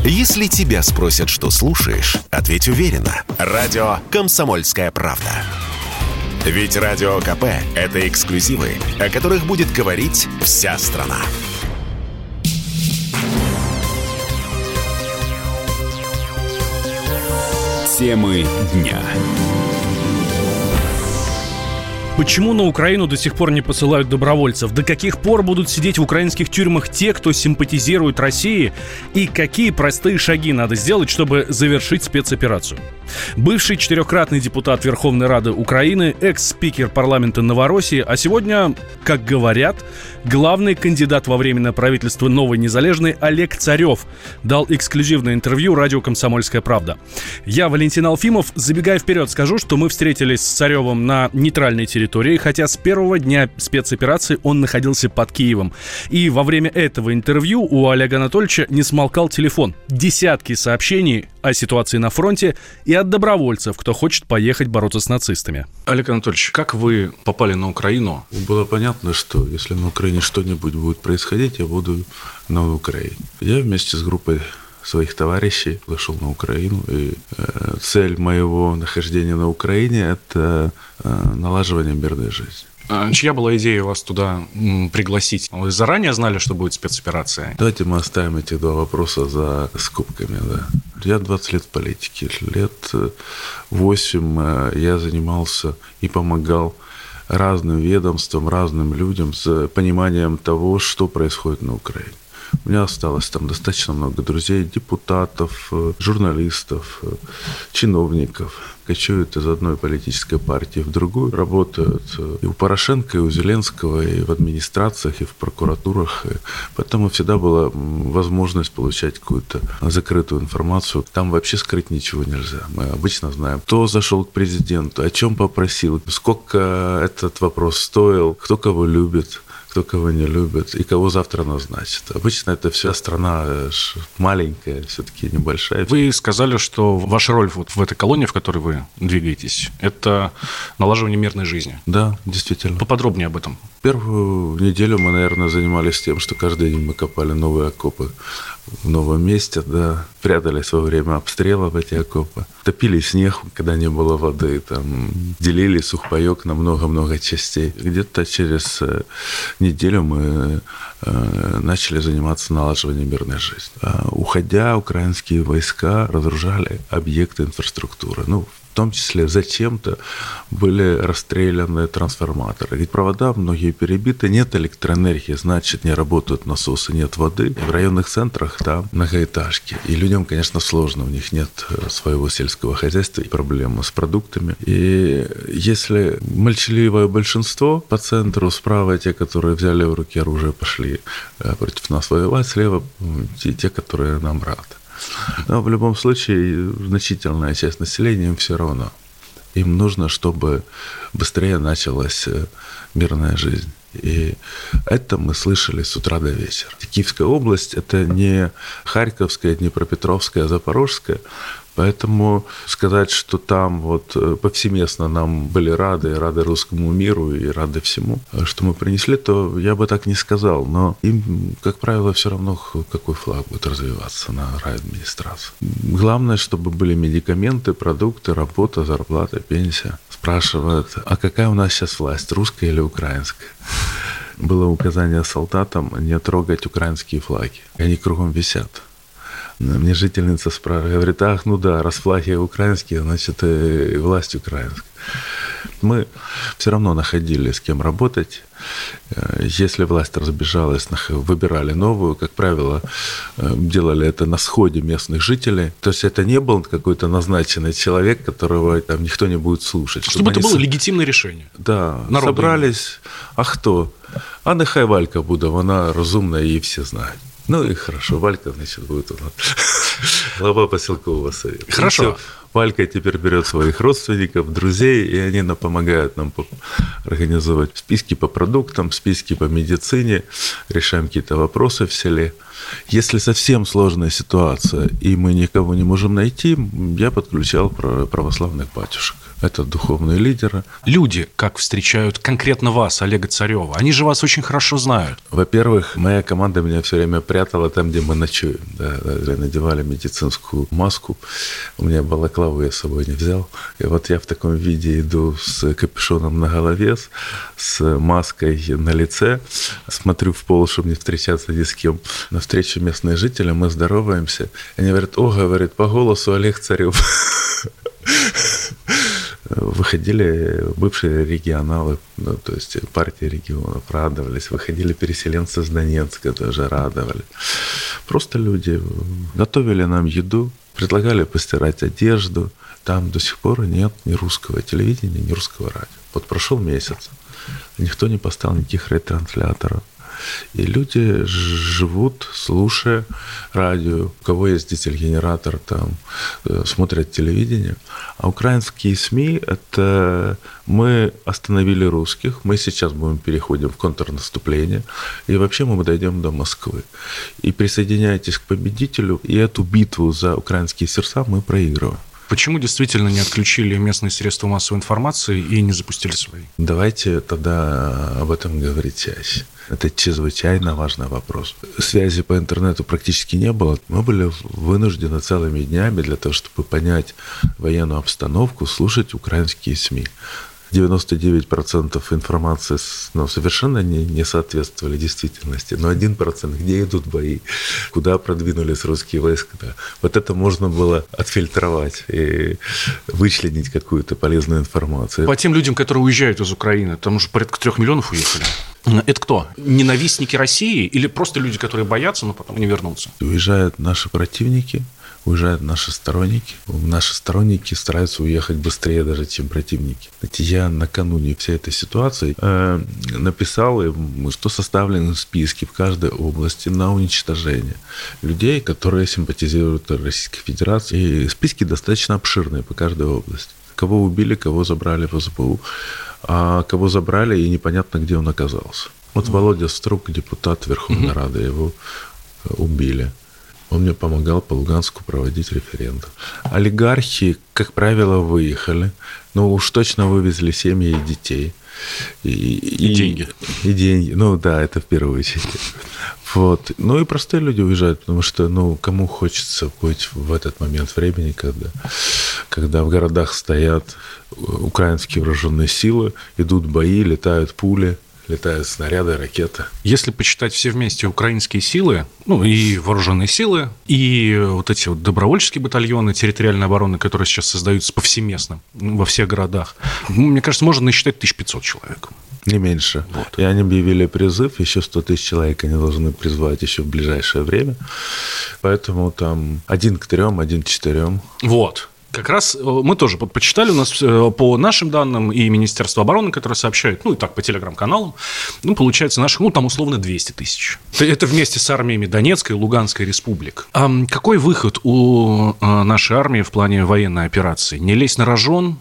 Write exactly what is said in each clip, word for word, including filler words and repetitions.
Если тебя спросят, что слушаешь, ответь уверенно. Радио «Комсомольская правда». Ведь Радио КП – это эксклюзивы, о которых будет говорить вся страна. Темы дня. Почему на Украину до сих пор не посылают добровольцев? До каких пор будут сидеть в украинских тюрьмах те, кто симпатизирует России? И какие простые шаги надо сделать, чтобы завершить спецоперацию? Бывший четырехкратный депутат Верховной Рады Украины, экс-спикер парламента Новороссии, а сегодня, как говорят, главный кандидат во временное правительство Новой Незалежной Олег Царев дал эксклюзивное интервью радио «Комсомольская правда». Я, Валентин Алфимов, забегая вперед, скажу, что мы встретились с Царевым на нейтральной территории, хотя с первого дня спецоперации он находился под Киевом. И во время этого интервью у Олега Анатольевича не смолкал телефон. Десятки сообщений о ситуации на фронте и от добровольцев, кто хочет поехать бороться с нацистами. Олег Анатольевич, как вы попали на Украину? Было понятно, что если на Украине что-нибудь будет происходить, я буду на Украине. Я вместе с группой своих товарищей зашел на Украину, и э, цель моего нахождения на Украине – это э, налаживание мирной жизни. А чья была идея вас туда м, пригласить? Вы заранее знали, что будет спецоперация? Давайте мы оставим эти два вопроса за скобками. Да. Я двадцать лет в политике, лет восемь я занимался и помогал разным ведомствам, разным людям с пониманием того, что происходит на Украине. У меня осталось там достаточно много друзей, депутатов, журналистов, чиновников. Кочуют из одной политической партии в другую, работают и у Порошенко, и у Зеленского, и в администрациях, и в прокуратурах. И поэтому всегда была возможность получать какую-то закрытую информацию. Там вообще скрыть ничего нельзя. Мы обычно знаем, кто зашел к президенту, о чем попросил, сколько этот вопрос стоил, кто кого любит, кто кого не любит и кого завтра назначит. Обычно это вся страна маленькая, все-таки небольшая. Вы сказали, что ваша роль вот в этой колонии, в которой вы двигаетесь, это налаживание мирной жизни. Да, действительно. Поподробнее об этом. Первую неделю мы, наверное, занимались тем, что каждый день мы копали новые окопы в новом месте, да, прятались во время обстрела в эти окопы, топили снег, когда не было воды, там, делили сухпайок на много-много частей. Где-то через неделю мы э, начали заниматься налаживанием мирной жизни. А, уходя, украинские войска разоружали объекты инфраструктуры. Ну, в том числе зачем-то были расстреляны трансформаторы. Ведь провода многие перебиты, нет электроэнергии, значит, не работают насосы, нет воды. В районных центрах там многоэтажки. И людям, конечно, сложно, у них нет своего сельского хозяйства и проблемы с продуктами. И если молчаливое большинство по центру, справа те, которые взяли в руки оружие, пошли против нас воевать, слева те, те которые нам рады. Но в любом случае значительная часть населения им все равно. Им нужно, чтобы быстрее началась мирная жизнь. И это мы слышали с утра до вечера. Киевская область – это не Харьковская, Днепропетровская, Запорожская. Поэтому сказать, что там вот повсеместно нам были рады, рады русскому миру и рады всему, что мы принесли, то я бы так не сказал. Но им, как правило, все равно, какой флаг будет развиваться на райадминистрации. Главное, чтобы были медикаменты, продукты, работа, зарплата, пенсия. Спрашивают, а какая у нас сейчас власть, русская или украинская? Было указание солдатам не трогать украинские флаги. Они кругом висят. Мне жительница спрашивает, говорит, ах, ну да, раз флаги украинские, значит, и власть украинская. Мы все равно находили, с кем работать. Если власть разбежалась, выбирали новую. Как правило, делали это на сходе местных жителей. То есть это не был какой-то назначенный человек, которого там никто не будет слушать. Чтобы, чтобы это было с... легитимное решение. Да, Народу собрались. А кто? А нехай Валька буде, вона розумна, її всі знають. Ну и хорошо, Валька, значит, будет у нас глава поселкового совета. Хорошо. Валька теперь берет своих родственников, друзей, и они нам помогают нам организовать списки по продуктам, списки по медицине, решаем какие-то вопросы в селе. Если совсем сложная ситуация, и мы никого не можем найти, я подключал православных батюшек. Это духовные лидеры. Люди, как встречают конкретно вас, Олега Царева? Они же вас очень хорошо знают. Во-первых, моя команда меня все время прятала там, где мы ночуем. Да, надевали медицинскую маску. У меня балаклаву я с собой не взял. И вот я в таком виде иду с капюшоном на голове, с маской на лице, смотрю в пол, чтобы не встречаться ни с кем. На встречу местные жители, мы здороваемся. Они говорят: о, говорит, по голосу Олег Царев. Выходили бывшие регионалы, ну, то есть партии регионов радовались, выходили переселенцы с Донецка, тоже радовали. Просто люди готовили нам еду, предлагали постирать одежду. Там до сих пор нет ни русского телевидения, ни русского радио. Вот прошел месяц, никто не поставил никаких ретрансляторов. И люди живут, слушая радио. У кого есть дизель-генератор, там смотрят телевидение. А украинские СМИ – это мы остановили русских, мы сейчас будем переходим в контрнаступление, и вообще мы дойдем до Москвы. И присоединяйтесь к победителю, и эту битву за украинские сердца мы проигрываем. Почему действительно не отключили местные средства массовой информации и не запустили свои? Давайте тогда об этом говорить чаще. Это чрезвычайно важный вопрос. Связи по интернету практически не было. Мы были вынуждены целыми днями для того, чтобы понять военную обстановку, слушать украинские СМИ. девяносто девять процентов информации ну, совершенно не, не соответствовали действительности. Но один процент, где идут бои, куда продвинулись русские войска. Да. Вот это можно было отфильтровать и вычленить какую-то полезную информацию. По тем людям, которые уезжают из Украины, там уже порядка трех миллионов уехали. Это кто? Ненавистники России или просто люди, которые боятся, но потом не вернутся? Уезжают наши противники, уезжают наши сторонники. Наши сторонники стараются уехать быстрее даже, чем противники. Я накануне всей этой ситуации э, написал, что составлены списки в каждой области на уничтожение людей, которые симпатизируют Российской Федерации. И списки достаточно обширные по каждой области. Кого убили, кого забрали в СБУ, а кого забрали, и непонятно, где он оказался. Вот mm. Володя Струк, депутат Верховной mm-hmm. Рады, его убили. Он мне помогал по Луганску проводить референдум. Олигархи, как правило, выехали, но уж точно вывезли семьи и детей. И, и, и деньги. И деньги. Ну да, это в первую очередь. Вот. Ну и простые люди уезжают, потому что, ну, кому хочется быть в этот момент времени, когда, когда в городах стоят украинские вооруженные силы, идут бои, летают пули, летают снаряды, ракеты. Если почитать все вместе украинские силы, ну и вооруженные силы, и вот эти вот добровольческие батальоны территориальной обороны, которые сейчас создаются повсеместно во всех городах, мне кажется, можно насчитать тысяча пятьсот человек. Не меньше. Вот. И они объявили призыв, еще сто тысяч человек они должны призвать еще в ближайшее время. Поэтому там один к трем, один к четырем. Вот. Как раз мы тоже почитали, у нас по нашим данным и Министерство обороны, которое сообщает, ну и так по телеграм-каналам, ну получается наших, ну там условно двести тысяч. Это вместе с армиями Донецкой и Луганской республик. А какой выход у нашей армии в плане военной операции? Не лезть на рожон?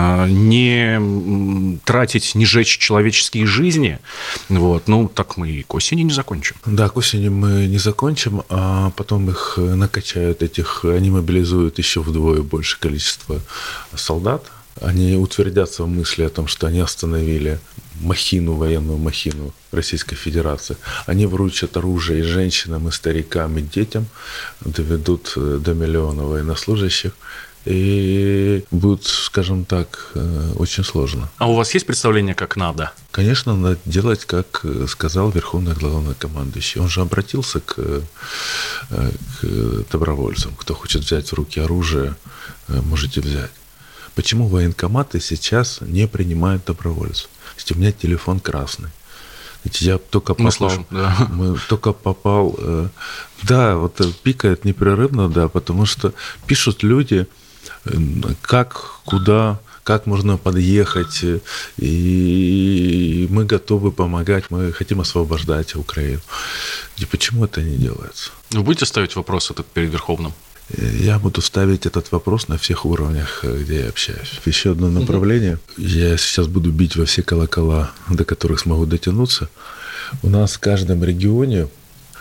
Не тратить, не жечь человеческие жизни. Вот. Ну, так мы и к осени не закончим. Да, к осени мы не закончим, а потом их накачают, этих, они мобилизуют еще вдвое больше количество солдат. Они утвердятся в мысли о том, что они остановили махину, военную махину Российской Федерации. Они вручат оружие и женщинам, и старикам, и детям, доведут до миллиона военнослужащих. И будет, скажем так, очень сложно. А у вас есть представление, как надо? Конечно, надо делать, как сказал Верховный Главнокомандующий. Он же обратился к, к добровольцам. Кто хочет взять в руки оружие, можете взять. Почему военкоматы сейчас не принимают добровольцев? У меня телефон красный. Я только попал, мы слышим, да. Мы только попал, да, вот пикает непрерывно, да, потому что пишут люди, как, куда, как можно подъехать, и мы готовы помогать, мы хотим освобождать Украину. И почему это не делается? Вы будете ставить вопрос этот перед Верховным? Я буду ставить этот вопрос на всех уровнях, где я общаюсь. Еще одно направление. Я сейчас буду бить во все колокола, до которых смогу дотянуться. У нас в каждом регионе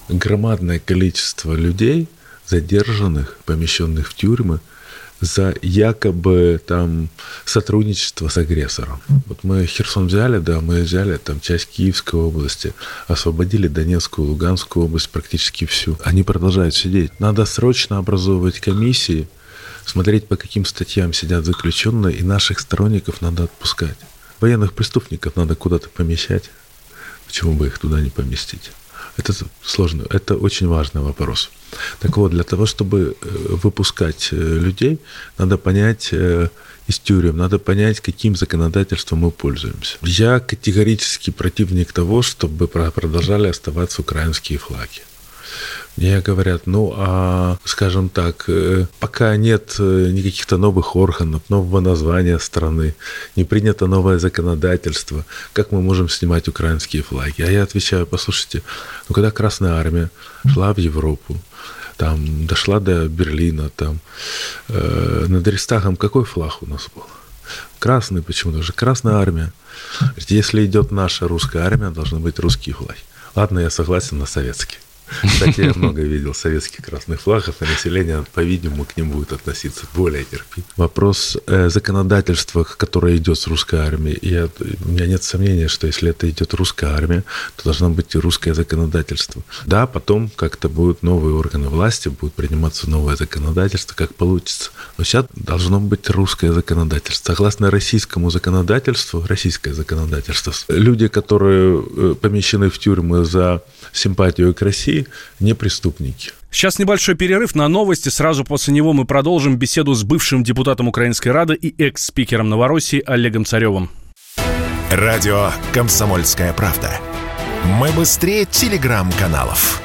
громадное количество людей, задержанных, помещенных в тюрьмы, за якобы там сотрудничество с агрессором. Вот мы Херсон взяли, да, мы взяли там часть Киевской области, освободили Донецкую, Луганскую область, практически всю. Они продолжают сидеть. Надо срочно образовывать комиссии, смотреть, по каким статьям сидят заключенные, и наших сторонников надо отпускать. Военных преступников надо куда-то помещать. Почему бы их туда не поместить? Это сложно, это очень важный вопрос. Так вот, для того, чтобы выпускать людей, надо понять из тюрем, надо понять, каким законодательством мы пользуемся. Я категорически противник того, чтобы продолжали оставаться украинские флаги. Мне говорят, ну, а, скажем так, пока нет никаких-то новых органов, нового названия страны, не принято новое законодательство, как мы можем снимать украинские флаги? А я отвечаю, послушайте, ну, когда Красная Армия шла в Европу, там, дошла до Берлина, там, э, над Рейхстагом какой флаг у нас был? Красный, почему-то же Красная Армия. Если идет наша русская армия, должны быть русские флаги. Ладно, я согласен на советский. Кстати, я много видел советских красных флагов, и население, по-видимому, к ним будет относиться более терпимо. Вопрос э, законодательства, которое идет с русской армией. Я, у меня нет сомнения, что если это идет русская армия, то должно быть и русское законодательство. Да, потом как-то будут новые органы власти, будет приниматься новое законодательство, как получится. Но сейчас должно быть русское законодательство. Согласно российскому законодательству, российское законодательство, люди, которые помещены в тюрьмы за симпатию к России, не преступники. Сейчас небольшой перерыв на новости. Сразу после него мы продолжим беседу с бывшим депутатом Украинской Рады и экс-спикером Новороссии Олегом Царевым. Радио «Комсомольская правда». Мы быстрее телеграм-каналов.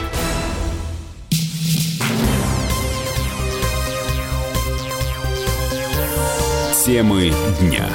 Темы дня.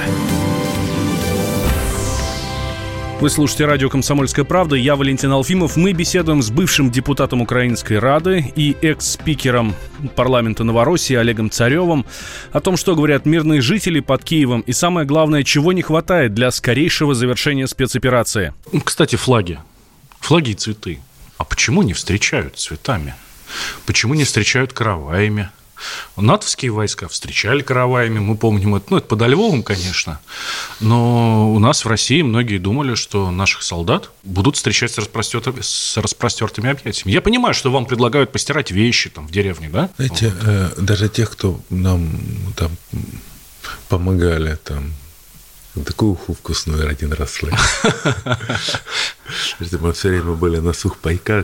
Вы слушаете радио «Комсомольская правда». Я Валентин Алфимов. Мы беседуем с бывшим депутатом Украинской Рады и экс-спикером парламента Новороссии Олегом Царевым о том, что говорят мирные жители под Киевом и, самое главное, чего не хватает для скорейшего завершения спецоперации. Кстати, флаги. Флаги и цветы. А почему не встречают цветами? Почему не встречают караваями? натовские войска встречали караваями, мы помним это, ну, это подо Львовом, конечно, но у нас в России многие думали, что наших солдат будут встречать с распростертыми, с распростертыми объятиями. Я понимаю, что вам предлагают постирать вещи там в деревне, да? Знаете, вот. э, даже тех, кто нам там помогали, там, такую уху вкусную один раз слышали. Мы все время были на сухпайках.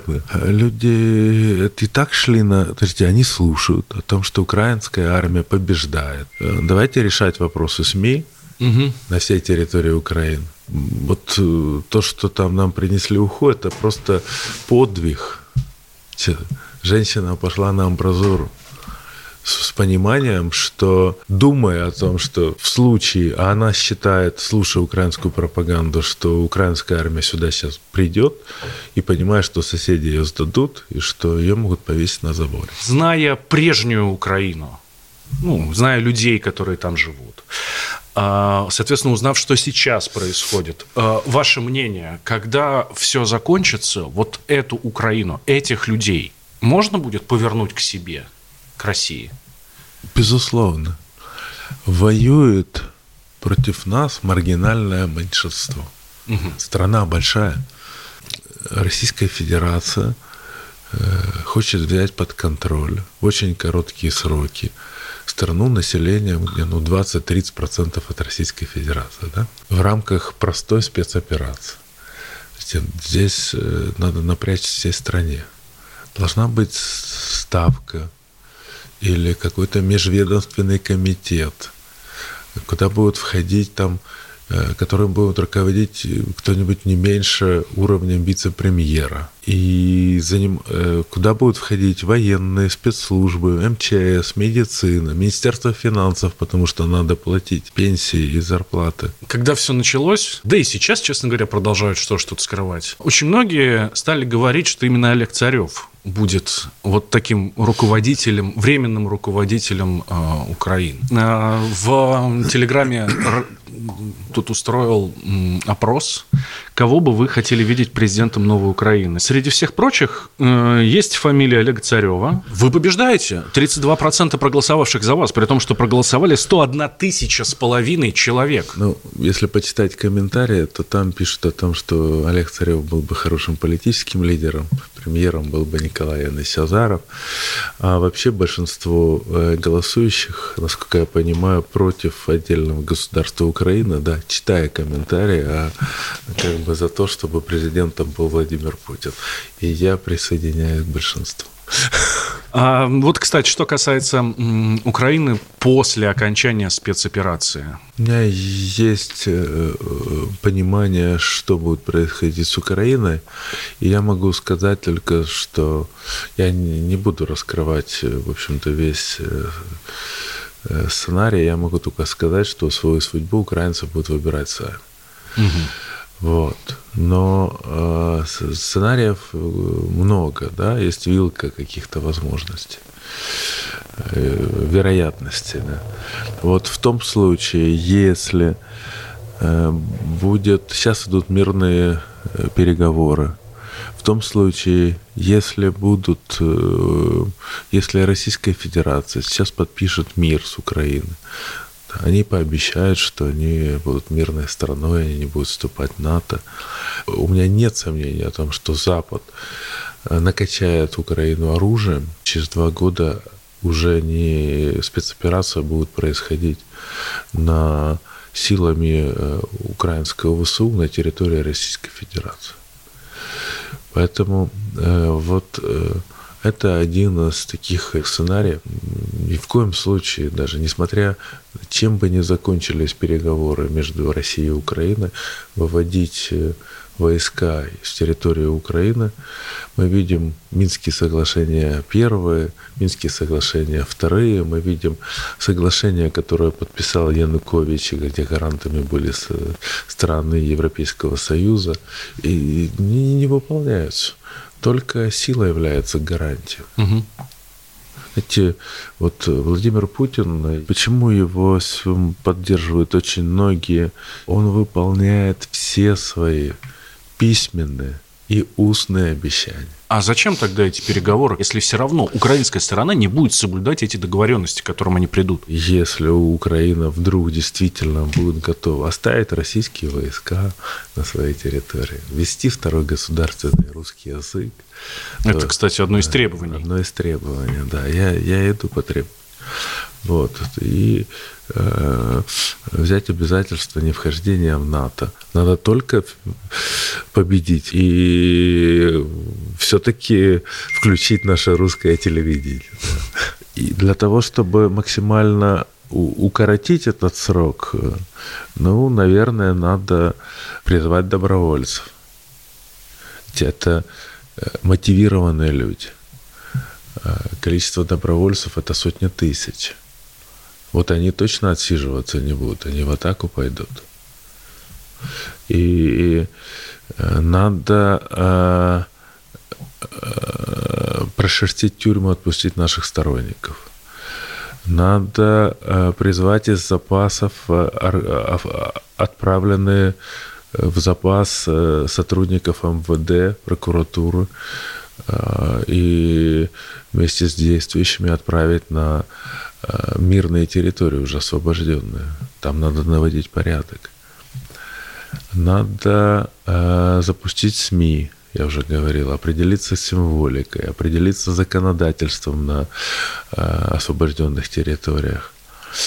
Люди и так шли на... Подождите, они слушают о том, что украинская армия побеждает. Давайте решать вопросы СМИ на всей территории Украины. Вот то, что там нам принесли уху, это просто подвиг. Женщина пошла на амбразуру с пониманием, что, думая о том, что в случае, а она считает, слушая украинскую пропаганду, что украинская армия сюда сейчас придет, и понимая, что соседи ее сдадут, и что ее могут повесить на заборе. Зная прежнюю Украину, ну, зная людей, которые там живут, соответственно, узнав, что сейчас происходит, ваше мнение, когда все закончится, вот эту Украину, этих людей можно будет повернуть к себе, к России? Безусловно. Воюет против нас маргинальное меньшинство. Угу. Страна большая. Российская Федерация э, хочет взять под контроль в очень короткие сроки страну населением, где ну, двадцать-тридцать процентов от Российской Федерации, да? В рамках простой спецоперации. Здесь э, надо напрячь всей стране. Должна быть ставка или какой-то межведомственный комитет, куда будут входить там, которым будут руководить кто-нибудь не меньше уровнем вице-премьера. И за ним, куда будут входить военные, спецслужбы, эм че эс, медицина, Министерство финансов, потому что надо платить пенсии и зарплаты. Когда все началось, да и сейчас, честно говоря, продолжают что что-то скрывать, очень многие стали говорить, что именно Олег Царев будет вот таким руководителем, временным руководителем э, Украины. Э, в Телеграме тут устроил м, опрос, кого бы вы хотели видеть президентом новой Украины? Среди всех прочих э, есть фамилия Олега Царева. Вы побеждаете. тридцать два процента проголосовавших за вас, при том, что проголосовали сто одна тысяча с половиной человек. Ну, если почитать комментарии, то там пишут о том, что Олег Царев был бы хорошим политическим лидером, премьером был бы Николай Янович Азаров. А вообще большинство голосующих, насколько я понимаю, против отдельного государства Украины, да, читая комментарии, а как бы за то, чтобы президентом был Владимир Путин. И я присоединяюсь к большинству. А вот, кстати, что касается м, Украины после окончания спецоперации. У меня есть э, понимание, что будет происходить с Украиной, и я могу сказать только, что я не, не буду раскрывать, в общем-то, весь э, сценарий, я могу только сказать, что свою судьбу украинцы будут выбирать сами. Угу. Вот. Но э, сценариев много, да, есть вилка каких-то возможностей, э, вероятностей. Да. Вот в том случае, если э, будет... Сейчас идут мирные э, переговоры. В том случае, если будут... Э, если Российская Федерация сейчас подпишет мир с Украиной, они пообещают, что они будут мирной страной, они не будут вступать в НАТО. У меня нет сомнений о том, что Запад накачает Украину оружием. Через два года уже не спецоперация будет происходить на силами украинского ВСУ на территории Российской Федерации. Поэтому вот... Это один из таких сценариев. Ни в коем случае, даже несмотря, чем бы ни закончились переговоры между Россией и Украиной, выводить войска с территории Украины, мы видим Минские соглашения первые, Минские соглашения вторые, мы видим соглашения, которые подписал Янукович, где гарантами были страны Европейского Союза, и не, не выполняются. Только сила является гарантией. Угу. Знаете, вот Владимир Путин, почему его поддерживают очень многие, он выполняет все свои письменные и устные обещания. А зачем тогда эти переговоры, если все равно украинская сторона не будет соблюдать эти договоренности, к которым они придут? Если Украина вдруг действительно будет готова оставить российские войска на своей территории, ввести второй государственный русский язык. Это, то, кстати, одно из требований. Одно из требований, да. Я, я иду по требованию. Вот. И э, взять обязательство невхождения в НАТО. Надо только победить и все-таки включить наше русское телевидение. И для того, чтобы максимально укоротить этот срок, ну, наверное, надо призвать добровольцев. Это мотивированные люди. Количество добровольцев – это сотни тысяч. Вот они точно отсиживаться не будут, они в атаку пойдут. И надо э, э, прошерстить тюрьму, отпустить наших сторонников. Надо э, призвать из запасов э, отправленные в запас э, сотрудников эм вэ дэ, прокуратуры, и вместе с действующими отправить на мирные территории, уже освобожденные. Там надо наводить порядок. Надо запустить СМИ, я уже говорил, определиться с символикой, определиться с законодательством на освобожденных территориях.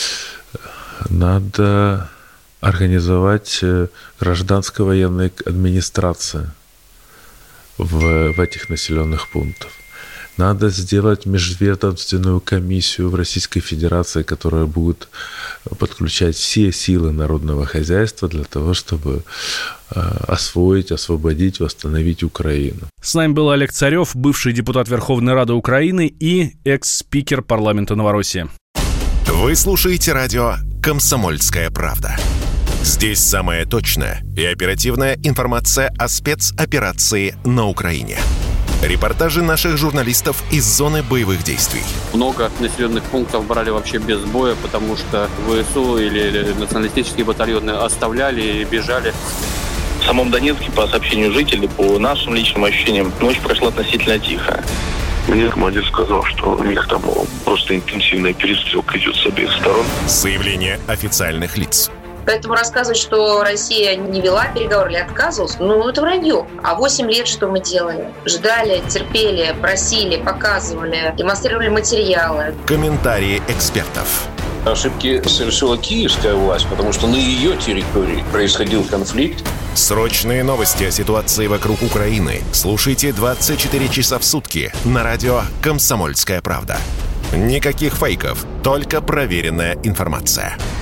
Надо организовать гражданско-военную администрацию В, в этих населенных пунктах. Надо сделать межведомственную комиссию в Российской Федерации, которая будет подключать все силы народного хозяйства для того, чтобы э, освоить, освободить, восстановить Украину. С нами был Олег Царев, бывший депутат Верховной Рады Украины и экс-спикер парламента Новороссии. Вы слушаете радио «Комсомольская правда». Здесь самая точная и оперативная информация о спецоперации на Украине. Репортажи наших журналистов из зоны боевых действий. Много населенных пунктов брали вообще без боя, потому что ВСУ или националистические батальоны оставляли и бежали. В самом Донецке, по сообщению жителей, по нашим личным ощущениям, ночь прошла относительно тихо. Мне командир сказал, что у них там просто интенсивная перестрелка идет с обеих сторон. Заявление официальных лиц. Поэтому рассказывать, что Россия не вела переговоры или отказывалась, ну, это вранье. А восемь лет что мы делали? Ждали, терпели, просили, показывали, демонстрировали материалы. Комментарии экспертов. Ошибки совершила киевская власть, потому что на ее территории происходил конфликт. Срочные новости о ситуации вокруг Украины слушайте двадцать четыре часа в сутки на радио «Комсомольская правда». Никаких фейков, только проверенная информация.